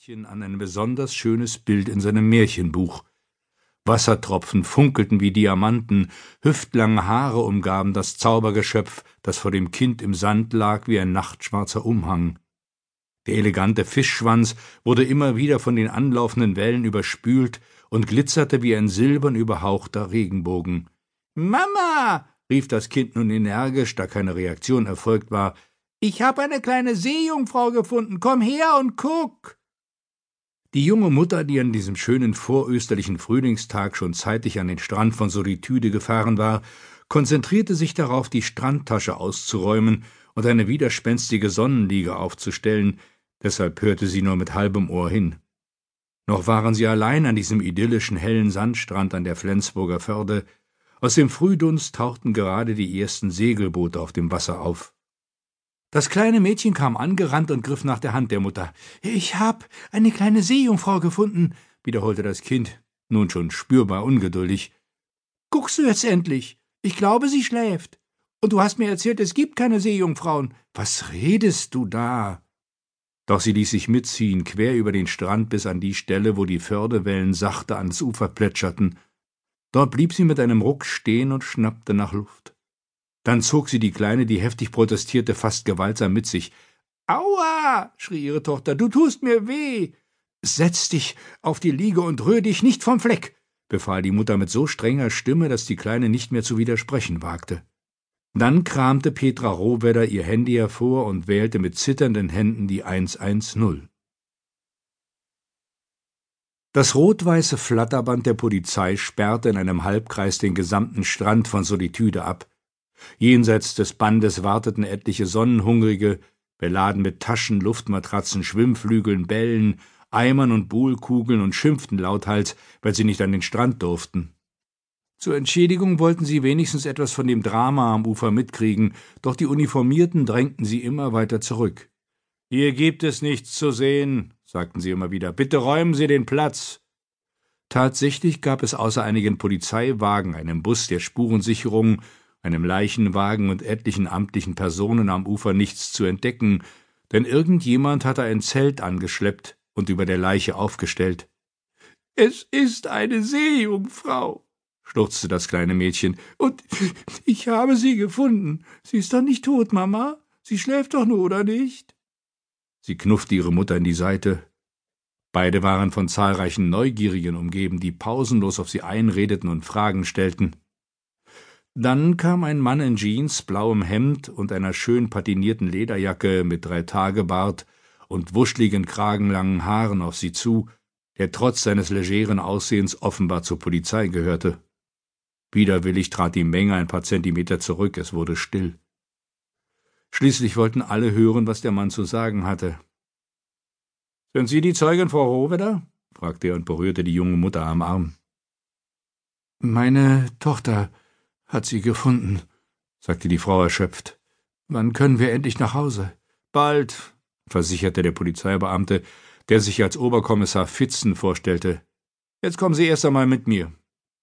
Mädchen an ein besonders schönes Bild in seinem Märchenbuch. Wassertropfen funkelten wie Diamanten, hüftlange Haare umgaben das Zaubergeschöpf, das vor dem Kind im Sand lag wie ein nachtschwarzer Umhang. Der elegante Fischschwanz wurde immer wieder von den anlaufenden Wellen überspült und glitzerte wie ein silbern überhauchter Regenbogen. »Mama«, rief das Kind nun energisch, da keine Reaktion erfolgt war, »ich habe eine kleine Seejungfrau gefunden, komm her und guck!« Die junge Mutter, die an diesem schönen vorösterlichen Frühlingstag schon zeitig an den Strand von Solitude gefahren war, konzentrierte sich darauf, die Strandtasche auszuräumen und eine widerspenstige Sonnenliege aufzustellen, deshalb hörte sie nur mit halbem Ohr hin. Noch waren sie allein an diesem idyllischen hellen Sandstrand an der Flensburger Förde. Aus dem Frühdunst tauchten gerade die ersten Segelboote auf dem Wasser auf. Das kleine Mädchen kam angerannt und griff nach der Hand der Mutter. »Ich hab eine kleine Seejungfrau gefunden«, wiederholte das Kind, nun schon spürbar ungeduldig. »Guckst du jetzt endlich? Ich glaube, sie schläft. Und du hast mir erzählt, es gibt keine Seejungfrauen. Was redest du da?« Doch sie ließ sich mitziehen, quer über den Strand bis an die Stelle, wo die Fördewellen sachte ans Ufer plätscherten. Dort blieb sie mit einem Ruck stehen und schnappte nach Luft. Dann zog sie die Kleine, die heftig protestierte, fast gewaltsam mit sich. »Aua«, schrie ihre Tochter, »du tust mir weh!« »Setz dich auf die Liege und rühr dich nicht vom Fleck«, befahl die Mutter mit so strenger Stimme, dass die Kleine nicht mehr zu widersprechen wagte. Dann kramte Petra Rohwedder ihr Handy hervor und wählte mit zitternden Händen die 110. Das rot-weiße Flatterband der Polizei sperrte in einem Halbkreis den gesamten Strand von Solitude ab. Jenseits des Bandes warteten etliche Sonnenhungrige, beladen mit Taschen, Luftmatratzen, Schwimmflügeln, Bällen, Eimern und Buhlkugeln und schimpften lauthals, weil sie nicht an den Strand durften. Zur Entschädigung wollten sie wenigstens etwas von dem Drama am Ufer mitkriegen, doch die Uniformierten drängten sie immer weiter zurück. »Hier gibt es nichts zu sehen«, sagten sie immer wieder, »bitte räumen Sie den Platz.« Tatsächlich gab es außer einigen Polizeiwagen, einem Bus der Spurensicherung, einem Leichenwagen und etlichen amtlichen Personen am Ufer nichts zu entdecken, denn irgendjemand hatte ein Zelt angeschleppt und über der Leiche aufgestellt. »Es ist eine Seejungfrau«, schluchzte das kleine Mädchen, »und ich habe sie gefunden. Sie ist doch nicht tot, Mama? Sie schläft doch nur, oder nicht?« Sie knuffte ihre Mutter in die Seite. Beide waren von zahlreichen Neugierigen umgeben, die pausenlos auf sie einredeten und Fragen stellten. Dann kam ein Mann in Jeans, blauem Hemd und einer schön patinierten Lederjacke mit 3-Tage-Bart und wuscheligen, kragenlangen Haaren auf sie zu, der trotz seines legeren Aussehens offenbar zur Polizei gehörte. Widerwillig trat die Menge ein paar Zentimeter zurück, es wurde still. Schließlich wollten alle hören, was der Mann zu sagen hatte. »Sind Sie die Zeugin, Frau Rohwedder?« fragte er und berührte die junge Mutter am Arm. »Meine Tochter hat sie gefunden«, sagte die Frau erschöpft. »Wann können wir endlich nach Hause?« »Bald«, versicherte der Polizeibeamte, der sich als Oberkommissar Fitzen vorstellte. »Jetzt kommen Sie erst einmal mit mir.«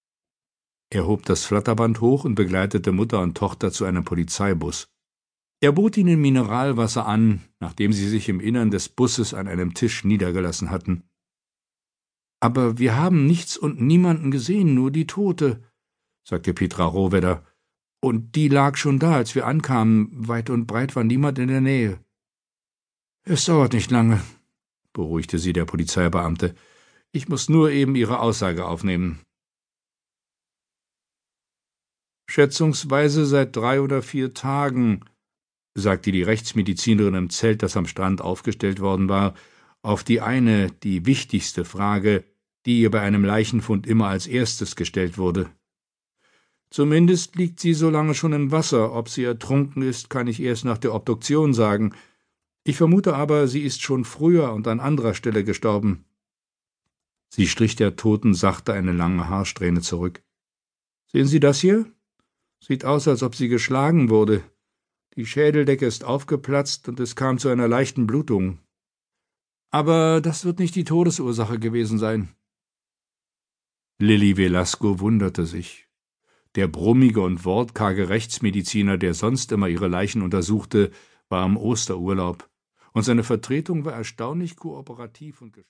Er hob das Flatterband hoch und begleitete Mutter und Tochter zu einem Polizeibus. Er bot ihnen Mineralwasser an, nachdem sie sich im Innern des Busses an einem Tisch niedergelassen hatten. »Aber wir haben nichts und niemanden gesehen, nur die Tote«, sagte Petra Rohwedder. »Und die lag schon da, als wir ankamen. Weit und breit war niemand in der Nähe.« »Es dauert nicht lange«, beruhigte sie der Polizeibeamte. »Ich muss nur eben Ihre Aussage aufnehmen.« »Schätzungsweise seit 3 oder 4 Tagen«, sagte die Rechtsmedizinerin im Zelt, das am Strand aufgestellt worden war, auf die eine, die wichtigste Frage, die ihr bei einem Leichenfund immer als erstes gestellt wurde. »Zumindest liegt sie so lange schon im Wasser. Ob sie ertrunken ist, kann ich erst nach der Obduktion sagen. Ich vermute aber, sie ist schon früher und an anderer Stelle gestorben.« Sie strich der Toten sachte eine lange Haarsträhne zurück. »Sehen Sie das hier? Sieht aus, als ob sie geschlagen wurde. Die Schädeldecke ist aufgeplatzt und es kam zu einer leichten Blutung. Aber das wird nicht die Todesursache gewesen sein.« Lilli Velasco wunderte sich. Der brummige und wortkarge Rechtsmediziner, der sonst immer ihre Leichen untersuchte, war im Osterurlaub, und seine Vertretung war erstaunlich kooperativ und